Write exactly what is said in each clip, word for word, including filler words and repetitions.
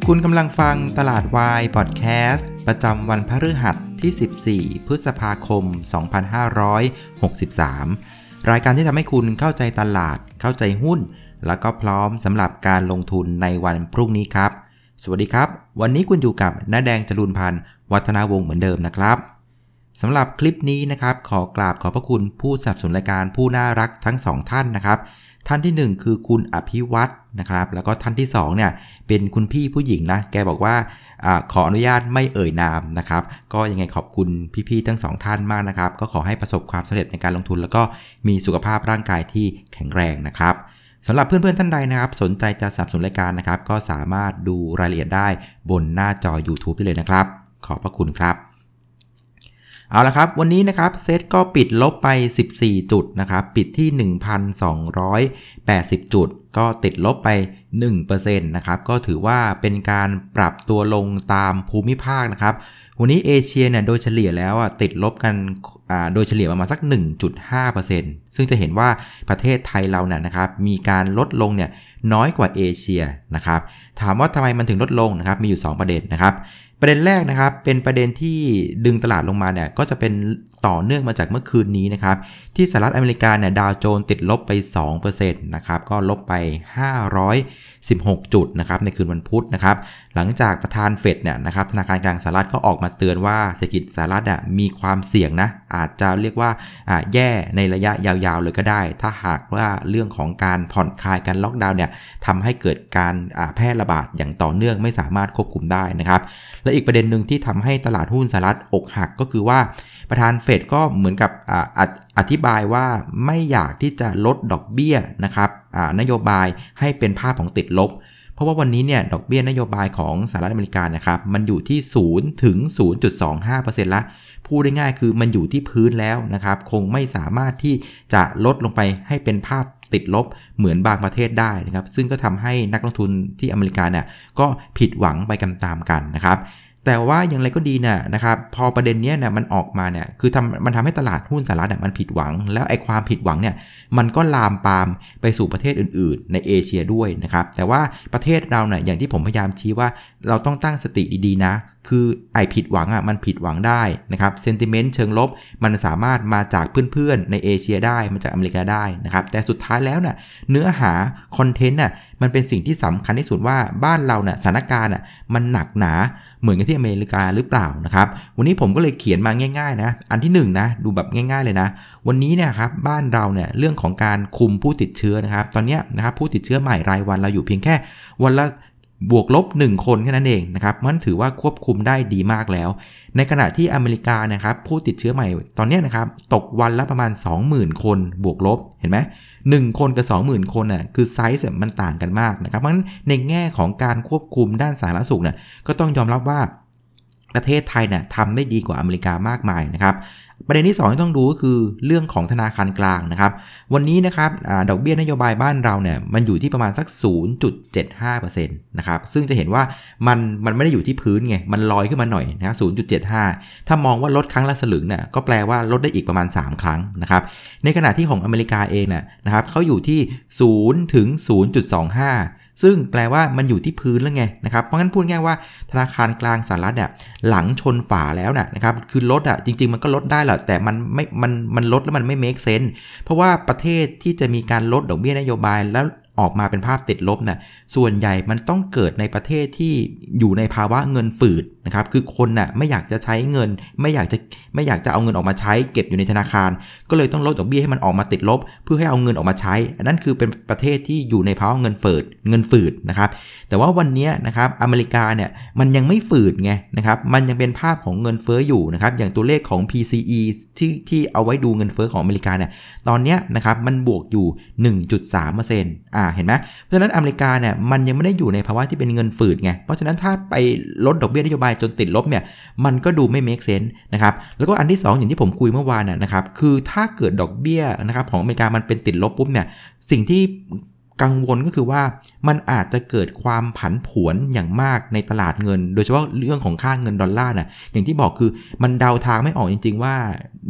คุณกำลังฟังตลาดวายพอดแคสต์ประจำวันพฤหัสที่สิบสี่พฤษภาคมสองพันห้าร้อยหกสิบสามรายการที่ทำให้คุณเข้าใจตลาดเข้าใจหุ้นแล้วก็พร้อมสำหรับการลงทุนในวันพรุ่งนี้ครับสวัสดีครับวันนี้คุณอยู่กับน้าแดงจรูนพันธ์วัฒนาวงศ์เหมือนเดิมนะครับสำหรับคลิปนี้นะครับขอกราบขอบพระคุณผู้สนับสนุนรายการผู้น่ารักทั้งสองท่านนะครับท่านที่หนึ่งคือคุณอภิวัฒน์นะครับแล้วก็ท่านที่สองเนี่ยเป็นคุณพี่ผู้หญิงนะแกบอกว่าอ่าขออนุญาตไม่เอ่ยนามนะครับก็ยังไงขอบคุณพี่ๆทั้งสองท่านมากนะครับก็ขอให้ประสบความสำเร็จในการลงทุนแล้วก็มีสุขภาพร่างกายที่แข็งแรงนะครับสำหรับเพื่อนๆท่านใดนะครับสนใจจะสนับสนุนรายการนะครับก็สามารถดูรายละเอียดได้บนหน้าจอ YouTube ได้เลยนะครับขอบพระคุณครับเอาละครับวันนี้นะครับเซตก็ปิดลบไปสิบสี่จุดนะครับปิดที่ หนึ่งพันสองร้อยแปดสิบ จุดก็ติดลบไป หนึ่งเปอร์เซ็นต์ นะครับก็ถือว่าเป็นการปรับตัวลงตามภูมิภาคนะครับวันนี้เอเชียเนี่ยโดยเฉลี่ยแล้วอ่ะติดลบกันอ่าโดยเฉลี่ยประมาณสัก หนึ่งจุดห้าเปอร์เซ็นต์ ซึ่งจะเห็นว่าประเทศไทยเราเนี่ยนะครับมีการลดลงเนี่ยน้อยกว่าเอเชียนะครับถามว่าทำไมมันถึงลดลงนะครับมีอยู่สองประเด็นนะครับประเด็นแรกนะครับเป็นประเด็นที่ดึงตลาดลงมาเนี่ยก็จะเป็นต่อเนื่องมาจากเมื่อคืนนี้นะครับที่สหรัฐอเมริกาเนี่ยดาวโจนส์ติดลบไป สองเปอร์เซ็นต์ นะครับก็ลบไปห้าร้อยสิบหกจุดนะครับในคืนวันพุธนะครับหลังจากประธานเฟดเนี่ยนะครับธนาคารกลางสหรัฐก็ออกมาเตือนว่าเศรษฐกิจสหรัฐอ่ะมีความเสี่ยงนะอาจจะเรียกว่าอ่าแย่ในระยะยาวๆเลยก็ได้ถ้าหากว่าเรื่องของการผ่อนคลายการล็อกดาวน์เนี่ยทำให้เกิดการอ่าแพร่ระบาดอย่างต่อเนื่องไม่สามารถควบคุมได้นะครับและอีกประเด็นหนึ่งที่ทำให้ตลาดหุ้นสหรัฐอกหักก็คือว่าประธานเฟดก็เหมือนกับอ่าอธิบายว่าไม่อยากที่จะลดดอกเบี้ยนะครับอ่านโยบายให้เป็นภาพของติดลบเพราะว่าวันนี้เนี่ยดอกเบี้ยนโยบายของสหรัฐอเมริกานะครับมันอยู่ที่ศูนย์ถึง ศูนย์จุดสองห้าเปอร์เซ็นต์ ละพูดได้ง่ายคือมันอยู่ที่พื้นแล้วนะครับคงไม่สามารถที่จะลดลงไปให้เป็นภาพติดลบเหมือนบางประเทศได้นะครับซึ่งก็ทำให้นักลงทุนที่อเมริกาเนี่ยก็ผิดหวังไปกันตามกันนะครับแต่ว่าอย่างไรก็ดีเนี่ยนะครับพอประเด็นนี้เนี่ยมันออกมาเนี่ยคือทำมันทำให้ตลาดหุ้นสหรัฐเนี่ยมันผิดหวังแล้วไอ้ความผิดหวังเนี่ยมันก็ลามปามไปสู่ประเทศอื่นๆในเอเชียด้วยนะครับแต่ว่าประเทศเราเนี่ยอย่างที่ผมพยายามชี้ว่าเราต้องตั้งสติดีๆนะคือไอ้ผิดหวังอ่ะมันผิดหวังได้นะครับเซนติเมนต์เชิงลบมันสามารถมาจากเพื่อนๆในเอเชียได้มาจากอเมริกาได้นะครับแต่สุดท้ายแล้วเนี่ยเนื้อหาคอนเทนต์น่ะมันเป็นสิ่งที่สำคัญที่สุดว่าบ้านเราเนี่ยสถานการณ์น่ะมันหนักหนาเหมือนกับที่อเมริกาหรือเปล่านะครับวันนี้ผมก็เลยเขียนมาง่ายๆนะอันที่หนึ่งนะดูแบบง่ายๆเลยนะวันนี้เนี่ยครับบ้านเราเนี่ยเรื่องของการคุมผู้ติดเชื้อนะครับตอนนี้นะครับผู้ติดเชื้อใหม่รายวันเราอยู่เพียงแค่วันละบวกลบหนึ่งคนแค่นั้นเองนะครับมันถือว่าควบคุมได้ดีมากแล้วในขณะที่อเมริกานะครับผู้ติดเชื้อใหม่ตอนนี้นะครับตกวันละประมาณ สองหมื่น คนบวกลบเห็นไหมหนึ่งคนกับ สองหมื่น คนน่ะคือไซส์มันต่างกันมากนะครับเพราะฉะนั้นในแง่ของการควบคุมด้านสาธารณสุขเนี่ยก็ต้องยอมรับว่าประเทศไทยเนี่ยทำได้ดีกว่าอเมริกามากมายนะครับประเด็นที่สองที่ต้องดูก็คือเรื่องของธนาคารกลางนะครับวันนี้นะครับดอกเบี้ยนโยบายบ้านเราเนี่ยมันอยู่ที่ประมาณสัก ศูนย์จุดเจ็ดห้าเปอร์เซ็นต์ นะครับซึ่งจะเห็นว่ามันมันไม่ได้อยู่ที่พื้นไงมันลอยขึ้นมาหน่อยนะ ศูนย์จุดเจ็ดห้า ถ้ามองว่าลดครั้งละสลึงเนี่ยก็แปลว่าลดได้อีกประมาณสามครั้งนะครับในขณะที่ของอเมริกาเองน่ะนะครับเขาอยู่ที่ศูนย์ถึง ศูนย์จุดสองห้าซึ่งแปลว่ามันอยู่ที่พื้นแล้วไงนะครับเพราะงั้นพูดง่ายว่าธนาคารกลางสหรัฐเนี่ยหลังชนฝาแล้วน่ะนะครับคือลดอ่ะจริงๆมันก็ลดได้แหละแต่มันไม่มันมันลดแล้วมันไม่เมคเซนส์เพราะว่าประเทศที่จะมีการลดดอกเบี้ยนโยบายแล้วออกมาเป็นภาพติดลบน่ะส่วนใหญ่มันต้องเกิดในประเทศที่อยู่ในภาวะเงินฝืดนะครับคือคนน่ะไม่อยากจะใช้เงินไม่อยากจะไม่อยากจะเอาเงินออกมาใช้เก็บอยู่ในธนาคารก็เลยต้องลดดอกเบี้ยให้มันออกมาติดลบเพื่อให้เอาเงินออกมาใช้อันนั้นคือเป็นประเทศที่อยู่ในภาวะเงินฝืดเงินฝืดนะครับแต่ว่าวันนี้นะครับอเมริกาเนี่ยมันยังไม่ฝืดไงนะครับมันยังเป็นภาพของเงินเฟ้ออยู่นะครับอย่างตัวเลขของ พี ซี อี ที่ที่เอาไว้ดูเงินเฟ้อของอเมริกาเนี่ยตอนนี้นะครับมันบวกอยู่ หนึ่งจุดสามเปอร์เซ็นต์ อ่าเห็นไหมเพราะฉะนั้นอเมริกาเนี่ยมันยังไม่ได้อยู่ในภาวะที่เป็นเงินฝืดไงเพราะฉะนั้นถ้าไปลดดอกเบี้ยนโยบายจนติดลบเนี่ยมันก็ดูไม่เมคเซนส์นะครับแล้วก็อันที่สองอย่างที่ผมคุยเมื่อวานน่ะนะครับคือถ้าเกิดดอกเบี้ยนะครับของอเมริกามันเป็นติดลบปุ๊บเนี่ยสิ่งที่กังวลก็คือว่ามันอาจจะเกิดความผันผวนอย่างมากในตลาดเงินโดยเฉพาะเรื่องของค่าเงินดอลลาร์น่ะอย่างที่บอกคือมันเดาทางไม่ออกจริงๆว่า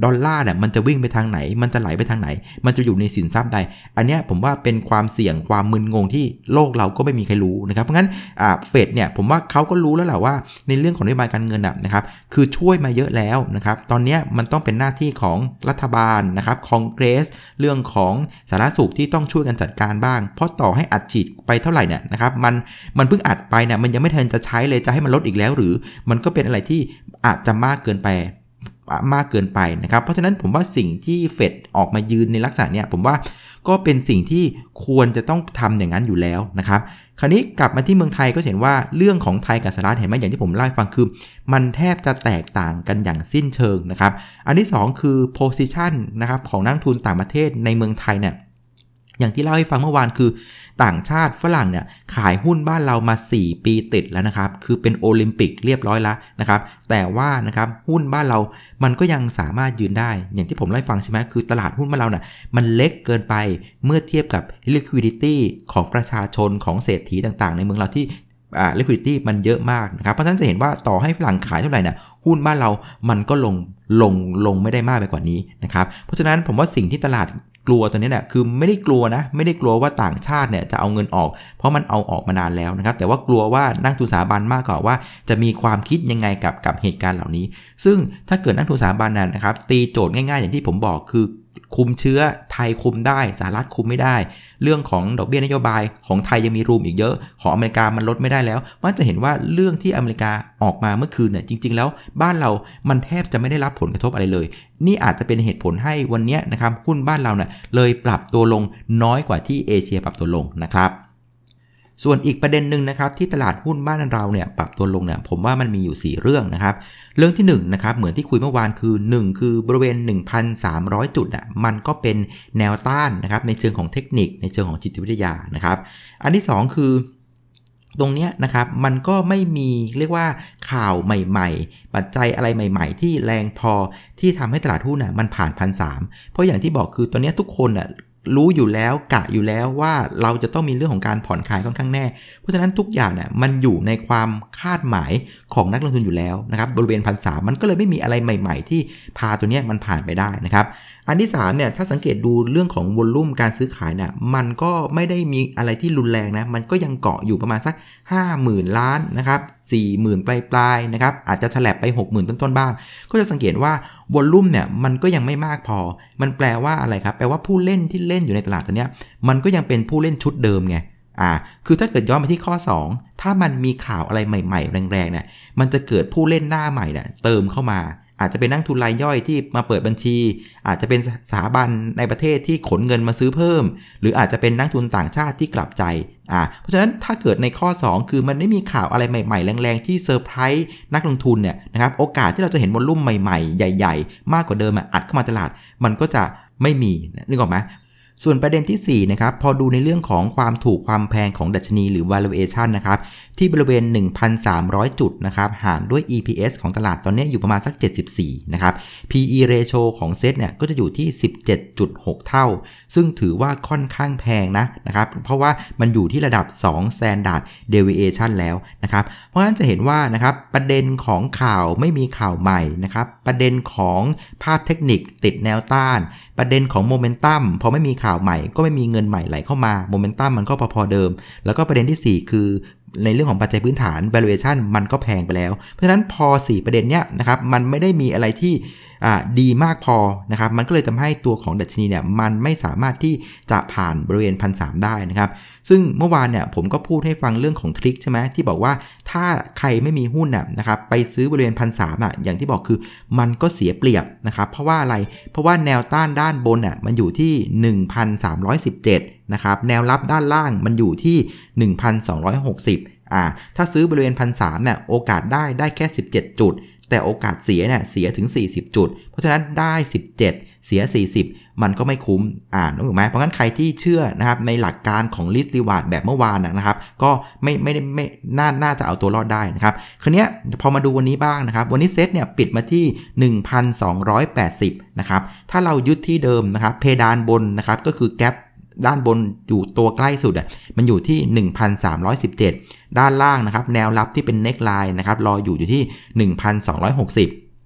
ดอลลาร์เนี่ยมันจะวิ่งไปทางไหนมันจะไหลไปทางไหนมันจะอยู่ในสินทรัพย์ใดอันนี้ผมว่าเป็นความเสี่ยงความมึนงงที่โลกเราก็ไม่มีใครรู้นะครับเพราะงั้นเฟดเนี่ยผมว่าเขาก็รู้แล้วแหละว่าในเรื่องของนโยบายการเงินนะครับคือช่วยมาเยอะแล้วนะครับตอนนี้มันต้องเป็นหน้าที่ของรัฐบาลนะครับคองเกรสเรื่องของสาธารณสุขที่ต้องช่วยกันจัดการบ้างเพราะต่อให้อัดฉีดไปเท่าไหร่เนี่ยนะครับมันมันเพิ่งอัดไปเนี่ยมันยังไม่ทันจะใช้เลยจะให้มันลดอีกแล้วหรือมันก็เป็นอะไรที่อาจจะมากเกินไปมากเกินไปนะครับเพราะฉะนั้นผมว่าสิ่งที่เฟดออกมายืนในลักษณะเนี้ยผมว่าก็เป็นสิ่งที่ควรจะต้องทำอย่างนั้นอยู่แล้วนะครับคราวนี้กลับมาที่เมืองไทยก็เห็นว่าเรื่องของไทยกับสหรัฐเห็นไหมอย่างที่ผมเล่าให้ฟังคือมันแทบจะแตกต่างกันอย่างสิ้นเชิงนะครับอันที่สองคือ position นะครับของนักทุนต่างประเทศในเมืองไทยเนี่ยอย่างที่เล่าให้ฟังเมื่อวานคือต่างชาติฝรั่งเนี่ยขายหุ้นบ้านเรามาสี่ปีติดแล้วนะครับคือเป็นโอลิมปิกเรียบร้อยแล้วนะครับแต่ว่านะครับหุ้นบ้านเรามันก็ยังสามารถยืนได้อย่างที่ผมเล่าให้ฟังใช่ไหมคือตลาดหุ้นบ้านเราเนี่ยมันเล็กเกินไปเมื่อเทียบกับ liquidity ของประชาชนของเศรษฐีต่างๆในเมืองเราที่อ่า liquidity มันเยอะมากนะครับเพราะฉะนั้นจะเห็นว่าต่อให้ฝรั่งขายเท่าไหร่เนี่ยหุ้นบ้านเรามันก็ลงลงลงไม่ได้มากไปกว่านี้นะครับเพราะฉะนั้นผมว่าสิ่งที่ตลาดกลัวตัวนี้เนี่ยคือไม่ได้กลัวนะไม่ได้กลัวว่าต่างชาติเนี่ยจะเอาเงินออกเพราะมันเอาออกมานานแล้วนะครับแต่ว่ากลัวว่านักทุนสถาบันมากกว่าว่าจะมีความคิดยังไงกับกับเหตุการณ์เหล่านี้ซึ่งถ้าเกิดนักทุนสถาบันนั้นนะครับตีโจทย์ง่ายๆอย่างที่ผมบอกคือคุมเชื้อไทยคุมได้สหรัฐคุมไม่ได้เรื่องของดอกเบี้ยนโยบายของไทยยังมีรูมอีกเยอะของอเมริกามันลดไม่ได้แล้วมันจะเห็นว่าเรื่องที่อเมริกาออกมาเมื่อคืนเนี่ยจริงๆแล้วบ้านเรามันแทบจะไม่ได้รับผลกระทบอะไรเลยนี่อาจจะเป็นเหตุผลให้วันนี้นะครับหุ้นบ้านเราเนี่ยเลยปรับตัวลงน้อยกว่าที่เอเชียปรับตัวลงนะครับส่วนอีกประเด็นหนึ่งนะครับที่ตลาดหุ้นบ้านเราเนี่ยปรับตัวลงเนี่ยผมว่ามันมีอยู่สี่เรื่องนะครับเรื่องที่หนึ่งนะครับเหมือนที่คุยเมื่อวานคือหนึ่งคือบริเวณ หนึ่งพันสามร้อย จุดอ่ะมันก็เป็นแนวต้านนะครับในเชิงของเทคนิคในเชิงของจิตวิทยานะครับอันที่สองคือตรงนี้นะครับมันก็ไม่มีเรียกว่าข่าวใหม่ๆปัจจัยอะไรใหม่ๆที่แรงพอที่ทำให้ตลาดหุ้นน่ะมันผ่าน หนึ่งพันสามร้อย เพราะอย่างที่บอกคือตอนนี้ทุกคนน่ะรู้อยู่แล้วกะอยู่แล้วว่าเราจะต้องมีเรื่องของการผ่อนคลายค่อนข้างแน่เพราะฉะนั้นทุกอย่างเนี่ยมันอยู่ในความคาดหมายของนักลงทุนอยู่แล้วนะครับบริเวณ หนึ่งพันสามร้อย มันก็เลยไม่มีอะไรใหม่ๆที่พาตัวนี้มันผ่านไปได้นะครับอันที่สามเนี่ยถ้าสังเกตดูเรื่องของวอลลุ่มการซื้อขายเนี่ยมันก็ไม่ได้มีอะไรที่รุนแรงนะมันก็ยังเกาะอยู่ประมาณสัก ห้าหมื่น ล้านนะครับ สี่หมื่น ปลายๆนะครับอาจจะแถลบไป หกหมื่น ต้นๆบ้างก็จะสังเกตว่าวอลลุ่มเนี่ยมันก็ยังไม่มากพอมันแปลว่าอะไรครับแปลว่าผู้เล่นที่เล่นอยู่ในตลาดตัวเนี้ยมันก็ยังเป็นผู้เล่นชุดเดิมไงอ่าคือถ้าเกิดย้อนไปที่ข้อสองถ้ามันมีข่าวอะไรใหม่ๆแรงๆเนี่ยมันจะเกิดผู้เล่นหน้าใหม่เนี่ยเติมเข้ามาอาจจะเป็นนักทุนรายย่อยที่มาเปิดบัญชีอาจจะเป็นสถาบันในประเทศที่ขนเงินมาซื้อเพิ่มหรืออาจจะเป็นนักทุนต่างชาติที่กลับใจอ่าเพราะฉะนั้นถ้าเกิดในข้อสองคือมันไม่มีข่าวอะไรใหม่ๆแรงๆที่เซอร์ไพรส์นักลงทุนเนี่ยนะครับโอกาสที่เราจะเห็นวอลลุ่มใหม่ๆใหญ่ๆมากกว่าเดิมอัดเข้ามาตลาดมันก็จะไม่มีนึกออกไหมส่วนประเด็นที่สี่นะครับพอดูในเรื่องของความถูกความแพงของดัชนีหรือ valuation นะครับที่บริเวณ หนึ่งพันสามร้อย จุดนะครับหารด้วย อี พี เอส ของตลาดตอนนี้อยู่ประมาณสักเจ็ดสิบสี่นะครับ พี อี ratio ของเซตเนี่ยก็จะอยู่ที่ สิบเจ็ดจุดหก เท่าซึ่งถือว่าค่อนข้างแพงนะนะครับเพราะว่ามันอยู่ที่ระดับสอง standard deviation แล้วนะครับเพราะฉะนั้นจะเห็นว่านะครับประเด็นของข่าวไม่มีข่าวใหม่นะครับประเด็นของภาพเทคนิคติดแนวต้านประเด็นของโมเมนตัมพอไม่มีข่าวใหม่ก็ไม่มีเงินใหม่ไหลเข้ามาโมเมนตัมมันก็พอๆเดิมแล้วก็ประเด็นที่สี่คือในเรื่องของปัจจัยพื้นฐาน valuation มันก็แพงไปแล้วเพราะฉะนั้นพอสี่ประเด็นเนี้ยนะครับมันไม่ได้มีอะไรที่ดีมากพอนะครับมันก็เลยทำให้ตัวของดัชนีเนี่ยมันไม่สามารถที่จะผ่านบริเวณ หนึ่งพันสามร้อย ได้นะครับซึ่งเมื่อวานเนี่ยผมก็พูดให้ฟังเรื่องของทริคใช่ไหมที่บอกว่าถ้าใครไม่มีหุ้นนะครับไปซื้อบริเวณ หนึ่งพันสามร้อย อ่ะอย่างที่บอกคือมันก็เสียเปรียบนะครับเพราะว่าอะไรเพราะว่าแนวต้านด้านบนอ่ะมันอยู่ที่ หนึ่งพันสามร้อยสิบเจ็ด นะครับแนวรับด้านล่างมันอยู่ที่ หนึ่งพันสองร้อยหกสิบ อ่าถ้าซื้อบริเวณ หนึ่งพันสามร้อย เนี่ยโอกาสได้ได้แค่สิบเจ็ดจุดแต่โอกาสเสียเนี่ยเสียถึงสี่สิบจุดเพราะฉะนั้นได้สิบเจ็ดเสียสี่สิบมันก็ไม่คุ้มอ่านถูกไหมเพราะงั้นใครที่เชื่อนะครับในหลักการของ risk reward แบบเมื่อวานนะครับก็ไม่ไม่ได้ไม่น่าน่าจะเอาตัวรอดได้นะครับคราวนี้พอมาดูวันนี้บ้างนะครับวันนี้เซ็ตเนี่ยปิดมาที่ หนึ่งพันสองร้อยแปดสิบ นะครับถ้าเรายึดที่เดิมนะครับเพดานบนนะครับก็คือแกปด้านบนอยู่ตัวใกล้สุดอ่ะมันอยู่ที่ หนึ่งพันสามร้อยสิบเจ็ด ด้านล่างนะครับแนวรับที่เป็นเน็กไลน์นะครับรออยู่อยู่ที่ หนึ่งพันสองร้อยหกสิบ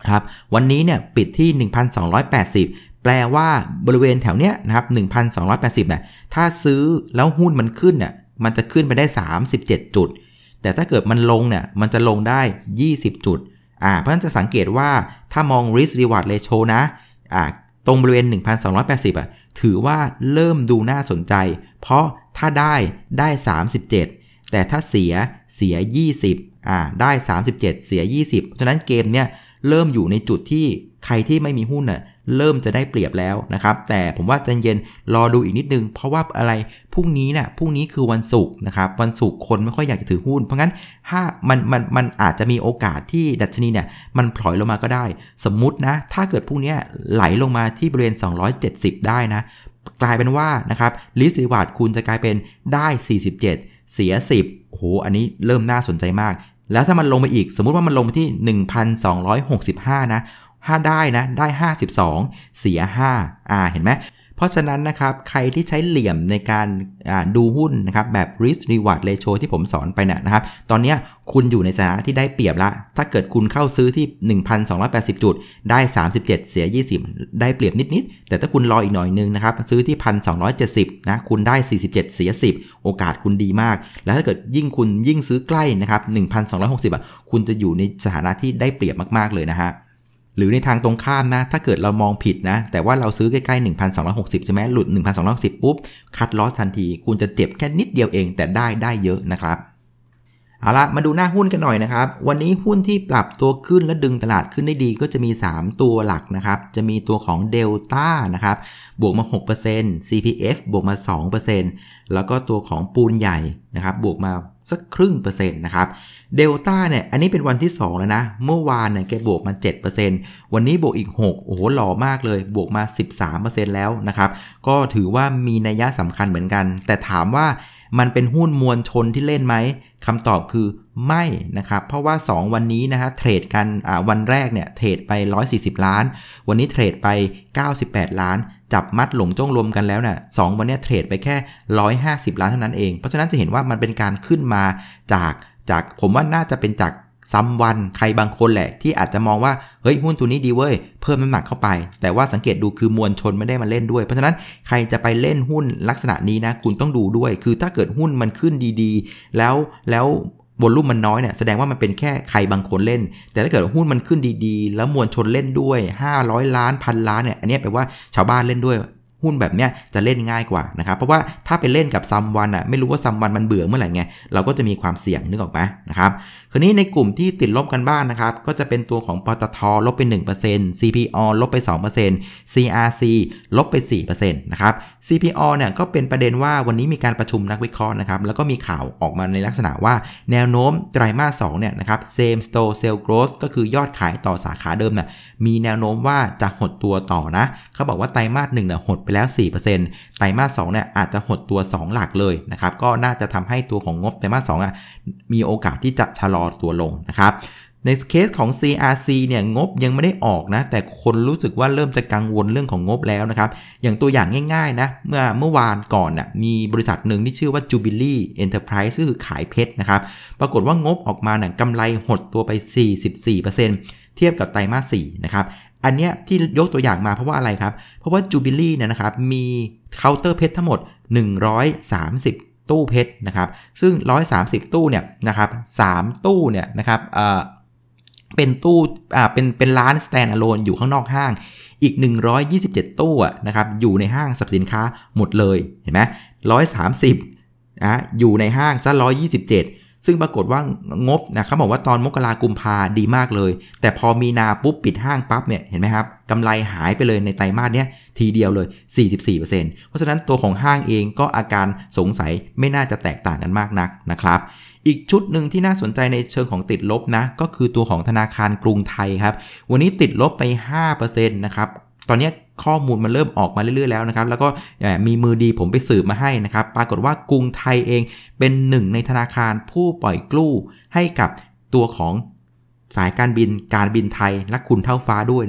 ครับวันนี้เนี่ยปิดที่ หนึ่งพันสองร้อยแปดสิบ แปลว่าบริเวณแถวเนี้ยนะครับ หนึ่งพันสองร้อยแปดสิบ เนี่ยถ้าซื้อแล้วหุ้นมันขึ้นเนี่ยมันจะขึ้นไปได้สามสิบเจ็ดจุดแต่ถ้าเกิดมันลงเนี่ยมันจะลงได้ยี่สิบจุดอ่าเพราะฉะนั้นจะสังเกตว่าถ้ามอง risk reward ratio นะอ่าตรงบริเวณ หนึ่งพันสองร้อยแปดสิบ อ่ะถือว่าเริ่มดูน่าสนใจเพราะถ้าได้ได้สามสิบเจ็ดแต่ถ้าเสียเสียยี่สิบอ่าได้สามสิบเจ็ดเสียยี่สิบฉะนั้นเกมเนี่ยเริ่มอยู่ในจุดที่ใครที่ไม่มีหุ้นน่ะเริ่มจะได้เปรียบแล้วนะครับแต่ผมว่าใจเย็นรอดูอีกนิดนึงเพราะว่าอะไรพรุ่งนี้น่ะพรุ่งนี้คือวันศุกร์นะครับวันศุกร์คนไม่ค่อยอยากจะถือหุ้นเพราะงั้นถ้ามันมันมันอาจจะมีโอกาสที่ดัชนีเนี่ยมันพลอยลงมาก็ได้สมมุตินะถ้าเกิดพรุ่งนี้ไหลลงมาที่บริเวณสองร้อยเจ็ดสิบได้นะกลายเป็นว่านะครับ risk reward คุณจะกลายเป็นได้สี่สิบเจ็ดเสียสิบโอ้โหอันนี้เริ่มน่าสนใจมากแล้วถ้ามันลงไปอีกสมมุติว่ามันลงไปที่ หนึ่งพันสองร้อยหกสิบห้า นะถ้าได้นะได้ห้าสิบสองเสียห้าอ่าเห็นไหมเพราะฉะนั้นนะครับใครที่ใช้เหลี่ยมในการดูหุ้นนะครับแบบ risk reward ratio ที่ผมสอนไปเนี่ยนะครับตอนนี้คุณอยู่ในสถานะที่ได้เปรียบละถ้าเกิดคุณเข้าซื้อที่ หนึ่งพันสองร้อยแปดสิบ จุดได้สามสิบเจ็ดเสียยี่สิบได้เปรียบนิดๆแต่ถ้าคุณรออีกหน่อยนึงนะครับซื้อที่ หนึ่งพันสองร้อยเจ็ดสิบ นะคุณได้สี่สิบเจ็ดเสียสิบโอกาสคุณดีมากแล้วถ้าเกิดยิ่งคุณยิ่งซื้อใกล้นะครับ หนึ่งพันสองร้อยหกสิบ อ่ะคุณจะอยู่ในสถานะที่ได้เปรียบมากๆเลยนะฮะหรือในทางตรงข้ามนะถ้าเกิดเรามองผิดนะแต่ว่าเราซื้อใกล้ๆ หนึ่งพันสองร้อยหกสิบ ใช่ไหมหลุด หนึ่งพันสองร้อยหกสิบ ปุ๊บคัดลอสทันทีคุณจะเจ็บแค่นิดเดียวเองแต่ได้ได้เยอะนะครับเอาละมาดูหน้าหุ้นกันหน่อยนะครับวันนี้หุ้นที่ปรับตัวขึ้นและดึงตลาดขึ้นได้ดีก็จะมีสามตัวหลักนะครับจะมีตัวของ Delta นะครับบวกมา หกเปอร์เซ็นต์ ซี พี เอฟ บวกมา สองเปอร์เซ็นต์ แล้วก็ตัวของปูนใหญ่นะครับบวกมาสักครึ่งเปอร์เซ็นต์นะครับเดลต้าเนี่ยอันนี้เป็นวันที่สองแล้วนะเมื่อวานเนี่ยแกบวกมา เจ็ดเปอร์เซ็นต์ วันนี้บวกอีกหกโอ้โหหล่อมากเลยบวกมา สิบสามเปอร์เซ็นต์ แล้วนะครับก็ถือว่ามีนัยสำคัญเหมือนกันแต่ถามว่ามันเป็นหุ้นมวลชนที่เล่นไหมคำตอบคือไม่นะครับเพราะว่าสองวันนี้นะฮะเทรดกันอ่าวันแรกเนี่ยเทรดไปหนึ่งร้อยสี่สิบล้านวันนี้เทรดไปเก้าสิบแปดล้านจับมัดหลงจ้องรวมกันแล้วน่ะสองวันนี้เทรดไปแค่หนึ่งร้อยห้าสิบล้านเท่านั้นเองเพราะฉะนั้นจะเห็นว่ามันเป็นการขึ้นมาจากจากผมว่าน่าจะเป็นจากซัมวันใครบางคนแหละที่อาจจะมองว่าเฮ้ยหุ้นตัวนี้ดีเว้ยเพิ่มน้ำหนักเข้าไปแต่ว่าสังเกตดูคือมวลชนไม่ได้มาเล่นด้วยเพราะฉะนั้นใครจะไปเล่นหุ้นลักษณะนี้นะคุณต้องดูด้วยคือถ้าเกิดหุ้นมันขึ้นดีๆแล้วแล้ววอลลุ่มมันน้อยเนี่ยแสดงว่ามันเป็นแค่ใครบางคนเล่นแต่ถ้าเกิดหุ้นมันขึ้นดีๆแล้วมวลชนเล่นด้วยห้าร้อยล้านพันล้านเนี่ยอันนี้แปลว่าชาวบ้านเล่นด้วยหุ้นแบบเนี้ยจะเล่นง่ายกว่านะครับเพราะว่าถ้าไปเล่นกับซัมวันอ่ะไม่รู้ว่าซัมวันมันเบื่อเมื่อไหร่ไงเราก็จะมีความเสี่ยงนึกออกไหมนะครับคราวนี้ในกลุ่มที่ติดลบกันบ้าง นะครับก็จะเป็นตัวของปตท.ลบไป หนึ่งเปอร์เซ็นต์ ซี พี อ ลบไป สองเปอร์เซ็นต์ ซี อาร์ ซี ลบไป สี่เปอร์เซ็นต์ นะครับ ซี พี อ เนี่ยก็เป็นประเด็นว่าวันนี้มีการประชุมนักวิเคราะห์นะครับแล้วก็มีข่าวออกมาในลักษณะว่าแนวโน้มไตรมาสสองเนี่ยนะครับ same store sale growth ก็คือยอดขายต่อสาขาเดิมเนี่ยมีแนวโน้มว่าจะหดตัวต่อนะเขาบอกว่าไตรมาสหนึ่งเนี่ยหดไปแล้ว สี่เปอร์เซ็นต์ ไตรมาสสองเนี่ยอาจจะหดตัวสองหลักเลยนะครับก็น่าจะทำให้ตัวของงบไตรมาสสองอ่ะมีโอกาสที่จะชะลอตัวลงนะครับในเคสของ ซี อาร์ ซี เนี่ยงบยังไม่ได้ออกนะแต่คนรู้สึกว่าเริ่มจะกังวลเรื่องของงบแล้วนะครับอย่างตัวอย่างง่ายๆนะเมื่อเมื่อวานก่อนน่ะมีบริษัทหนึ่งที่ชื่อว่า Jubilee Enterprise ก็คือขายเพชรนะครับปรากฏว่างบออกมาเนี่ยกำไรหดตัวไป สี่สิบสี่เปอร์เซ็นต์ เทียบกับไตรมาสสี่นะครับอันเนี้ยที่ยกตัวอย่างมาเพราะว่าอะไรครับเพราะว่า Jubilee เนี่ยนะครับมีเคาน์เตอร์เพชรทั้งหมดหนึ่งร้อยสามสิบตู้เพชรนะครับซึ่งหนึ่งร้อยสามสิบตู้เนี่ยนะครับสามตู้เนี่ยนะครับเอ่อเป็นตู้อ่าเป็นเป็นร้าน stand alone อยู่ข้างนอกห้างอีกหนึ่งร้อยยี่สิบเจ็ดตู้อ่ะนะครับอยู่ในห้างสรรพสินค้าหมดเลยเห็นไหมหนึ่งร้อยสามสิบนะอยู่ในห้างซะหนึ่งร้อยยี่สิบเจ็ดซึ่งปรากฏว่างบนะเขาบอกว่าตอนมกรากุมภาดีมากเลยแต่พอมีนาปุ๊บปิดห้างปั๊บเนี่ยเห็นไหมครับกำไรหายไปเลยในไตรมาสเนี้ยทีเดียวเลย สี่สิบสี่เปอร์เซ็นต์ เพราะฉะนั้นตัวของห้างเองก็อาการสงสัยไม่น่าจะแตกต่างกันมากนักนะครับอีกชุดหนึ่งที่น่าสนใจในเชิงของติดลบนะก็คือตัวของธนาคารกรุงไทยครับวันนี้ติดลบไป ห้าเปอร์เซ็นต์ นะครับตอนนี้ข้อมูลมันเริ่มออกมาเรื่อยๆแล้วนะครับแล้วก็มีมือดีผมไปสืบมาให้นะครับปรากฏว่ากรุงไทยเองเป็นหนึ่งในธนาคารผู้ปล่อยกู้ให้กับตัวของสายการบินการบินไทยและคุณเท่าฟ้าด้วยนะครับ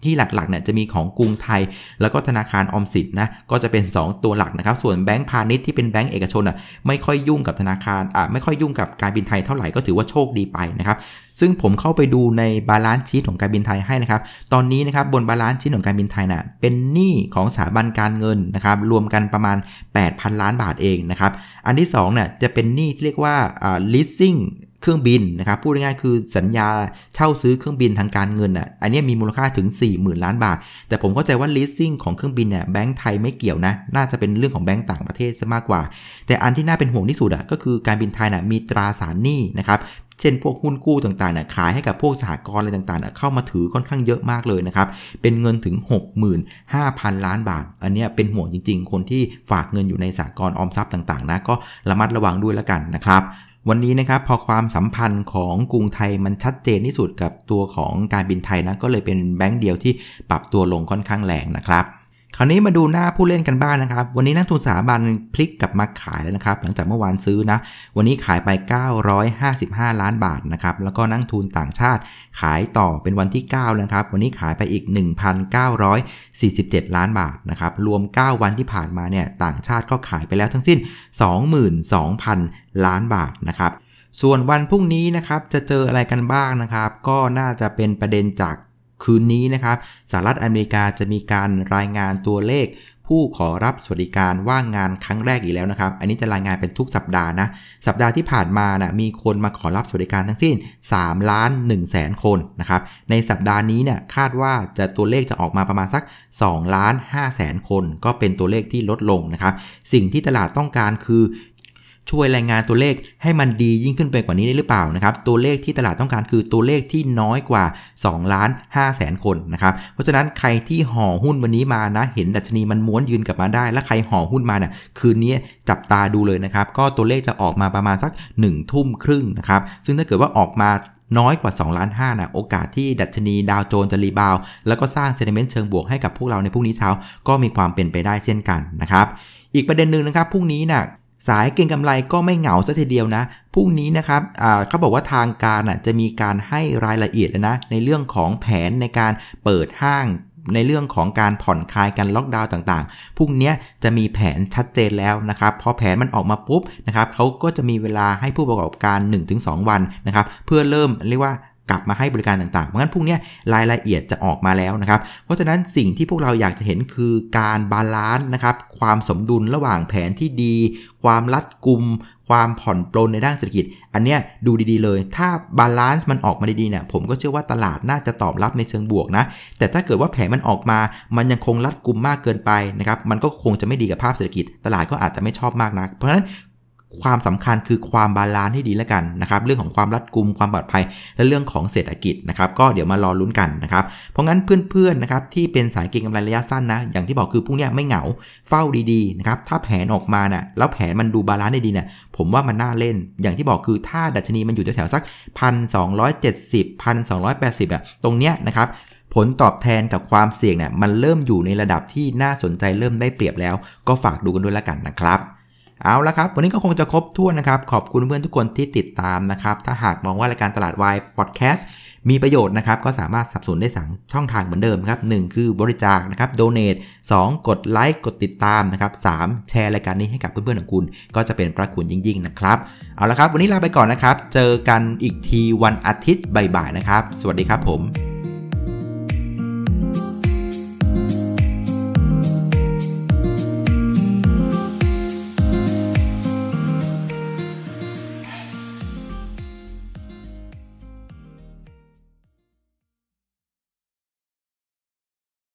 ที่หลักๆเนี่ยจะมีของกรุงไทยแล้วก็ธนาคารออมสินนะก็จะเป็นสองตัวหลักนะครับส่วนแบงก์พาณิชย์ที่เป็นแบงก์เอกชนอ่ะไม่ค่อยยุ่งกับธนาคารอ่ะไม่ค่อยยุ่งกับการบินไทยเท่าไหร่ก็ถือว่าโชคดีไปนะครับซึ่งผมเข้าไปดูในบาลานซ์ชีทของการบินไทยให้นะครับตอนนี้นะครับบนบาลานซ์ชีทของการบินไทยน่ะเป็นหนี้ของสถาบันการเงินนะครับรวมกันประมาณ แปดพัน ล้านบาทเองนะครับอันที่สองเนี่ยจะเป็นหนี้ที่เรียกว่าอ่า leasingเครื่องบินนะครับพูดง่ายๆคือสัญญาเช่าซื้อเครื่องบินทางการเงินอ่ะอันนี้มีมูลค่าถึง สี่หมื่น ล้านบาทแต่ผมเข้าใจว่า leasing ของเครื่องบินเนี่ยแบงก์ไทยไม่เกี่ยวนะน่าจะเป็นเรื่องของแบงก์ต่างประเทศซะมากกว่าแต่อันที่น่าเป็นห่วงที่สุดอ่ะก็คือการบินไทยน่ะมีตราสารหนี้นะครับเช่นพวกหุ้นกู้ต่างๆน่ะขายให้กับพวกสหกรณ์อะไรต่างๆน่ะเข้ามาถือค่อนข้างเยอะมากเลยนะครับเป็นเงินถึง หกหมื่นห้าพัน ล้านบาทอันนี้เป็นห่วงจริงๆคนที่ฝากเงินอยู่ในสหกรณ์ออมทรัพย์ต่างๆนะก็ระมัดระวังด้วยแล้วกันนะครับวันนี้นะครับพอความสัมพันธ์ของกรุงไทยมันชัดเจนที่สุดกับตัวของการบินไทยนะก็เลยเป็นแบงก์เดียวที่ปรับตัวลงค่อนข้างแรงนะครับคราวนี้มาดูหน้าผู้เล่นกันบ้าง นะครับวันนี้นักทุนสถาบันพลิกกลับมาขายแล้วนะครับหลังจากเมื่อวานซื้อนะวันนี้ขายไปเก้าร้อยห้าสิบห้าล้านบาทนะครับแล้วก็นักทุนต่างชาติขายต่อเป็นวันที่เก้านะครับวันนี้ขายไปอีก หนึ่งพันเก้าร้อยสี่สิบเจ็ด ล้านบาทนะครับรวมเก้าวันที่ผ่านมาเนี่ยต่างชาติก็ขายไปแล้วทั้งสิ้น สองหมื่นสองพัน ล้านบาทนะครับส่วนวันพรุ่งนี้นะครับจะเจออะไรกันบ้างนะครับก็น่าจะเป็นประเด็นจากคืนนี้นะครับสหรัฐอเมริกาจะมีการรายงานตัวเลขผู้ขอรับสวัสดิการว่างงานครั้งแรกอีกแล้วนะครับอันนี้จะรายงานเป็นทุกสัปดาห์นะสัปดาห์ที่ผ่านมานะมีคนมาขอรับสวัสดิการทั้งสิ้นสามล้านหนึ่งแสนคนนะครับในสัปดาห์นี้เนี่ยคาดว่าจะตัวเลขจะออกมาประมาณสักสองล้านห้าแสนคนก็เป็นตัวเลขที่ลดลงนะครับสิ่งที่ตลาดต้องการคือช่วยรายงานตัวเลขให้มันดียิ่งขึ้นไปกว่านี้ได้หรือเปล่านะครับตัวเลขที่ตลาดต้องการคือตัวเลขที่น้อยกว่าสองล้านห้าแสนคนนะครับเพราะฉะนั้นใครที่ห่อหุ้นวันนี้มานะเห็นดัชนีมันม้วนยืนกลับมาได้และใครห่อหุ้นมาเนี่ยคืนนี้จับตาดูเลยนะครับก็ตัวเลขจะออกมาประมาณสักหนึ่งทุ่มครึ่งนะครับซึ่งถ้าเกิดว่าออกมาน้อยกว่าสองล้านห้านะโอกาสที่ดัชนีดาวโจนส์จะรีบาวแล้วก็สร้างเซนติเมนต์เชิงบวกให้กับพวกเราในพรุ่งนี้เช้าก็มีความเป็นไปได้เช่นกันนะครับอีกประเด็นนึงนะครับพรุ่งนี้นะสายเก็งกำไรก็ไม่เหงาซะทีเดียวนะพรุ่งนี้นะครับเขาบอกว่าทางการน่ะจะมีการให้รายละเอียดนะในเรื่องของแผนในการเปิดห้างในเรื่องของการผ่อนคลายการล็อกดาวน์ต่างๆพรุ่งนี้จะมีแผนชัดเจนแล้วนะครับพอแผนมันออกมาปุ๊บนะครับเขาก็จะมีเวลาให้ผู้ประกอบการ หนึ่งถึงสอง วันนะครับเพื่อเริ่มเรียกว่ากลับมาให้บริการต่างๆเพราะงั้นพรุ่งนี้รายละเอียดจะออกมาแล้วนะครับเพราะฉะนั้นสิ่งที่พวกเราอยากจะเห็นคือการบาลานซ์นะครับความสมดุลระหว่างแผนที่ดีความรัดกุมความผ่อนปลนในด้านเศรษฐกิจอันเนี้ยดูดีๆเลยถ้าบาลานซ์มันออกมาดีๆเนี่ยผมก็เชื่อว่าตลาดน่าจะตอบรับในเชิงบวกนะแต่ถ้าเกิดว่าแผนมันออกมามันยังคงรัดกุมมากเกินไปนะครับมันก็คงจะไม่ดีกับภาพเศรษฐกิจตลาดก็อาจจะไม่ชอบมากนักเพราะฉะนั้นความสำคัญคือความบาลานซ์ให้ดีแล้วกันนะครับเรื่องของความรัดกุมความปลอดภัยและเรื่องของเศรษฐกิจนะครับก็เดี๋ยวมารอลุ้นกันนะครับเพราะงั้นเพื่อนๆนะครับที่เป็นสายเก็งกำไรระยะสั้นนะอย่างที่บอกคือพวกนี้ไม่เหงาเฝ้าดีๆนะครับถ้าแผนออกมาน่ะแล้วแผนมันดูบาลานซ์ได้ดีเนี่ยผมว่ามันน่าเล่นอย่างที่บอกคือถ้าดัชนีมันอยู่แถวๆสัก หนึ่งพันสองร้อยเจ็ดสิบ หนึ่งพันสองร้อยแปดสิบ อ่ะตรงเนี้ยนะครับผลตอบแทนกับความเสี่ยงเนี่ยมันเริ่มอยู่ในระดับที่น่าสนใจเริ่มได้เปรียบแล้วก็ฝากดูกันด้วยแล้วกันนะครับเอาละครับวันนี้ก็คงจะครบถ้วนนะครับขอบคุณเพื่อนทุกคนที่ติดตามนะครับถ้าหากมองว่ารายการตลาดวายพอดแคสต์มีประโยชน์นะครับก็สามารถสนับสนุนได้สองช่องทางเหมือนเดิมครับหนึ่งคือบริจาคนะครับโดเนทสองกดไลค์กดติดตามนะครับสามแชร์รายการนี้ให้กับเพื่อนๆของคุณก็จะเป็นพระคุณยิ่งๆนะครับเอาละครับวันนี้ลาไปก่อนนะครับเจอกันอีกทีวันอาทิตย์บ่ายๆนะครับสวัสดีครับผม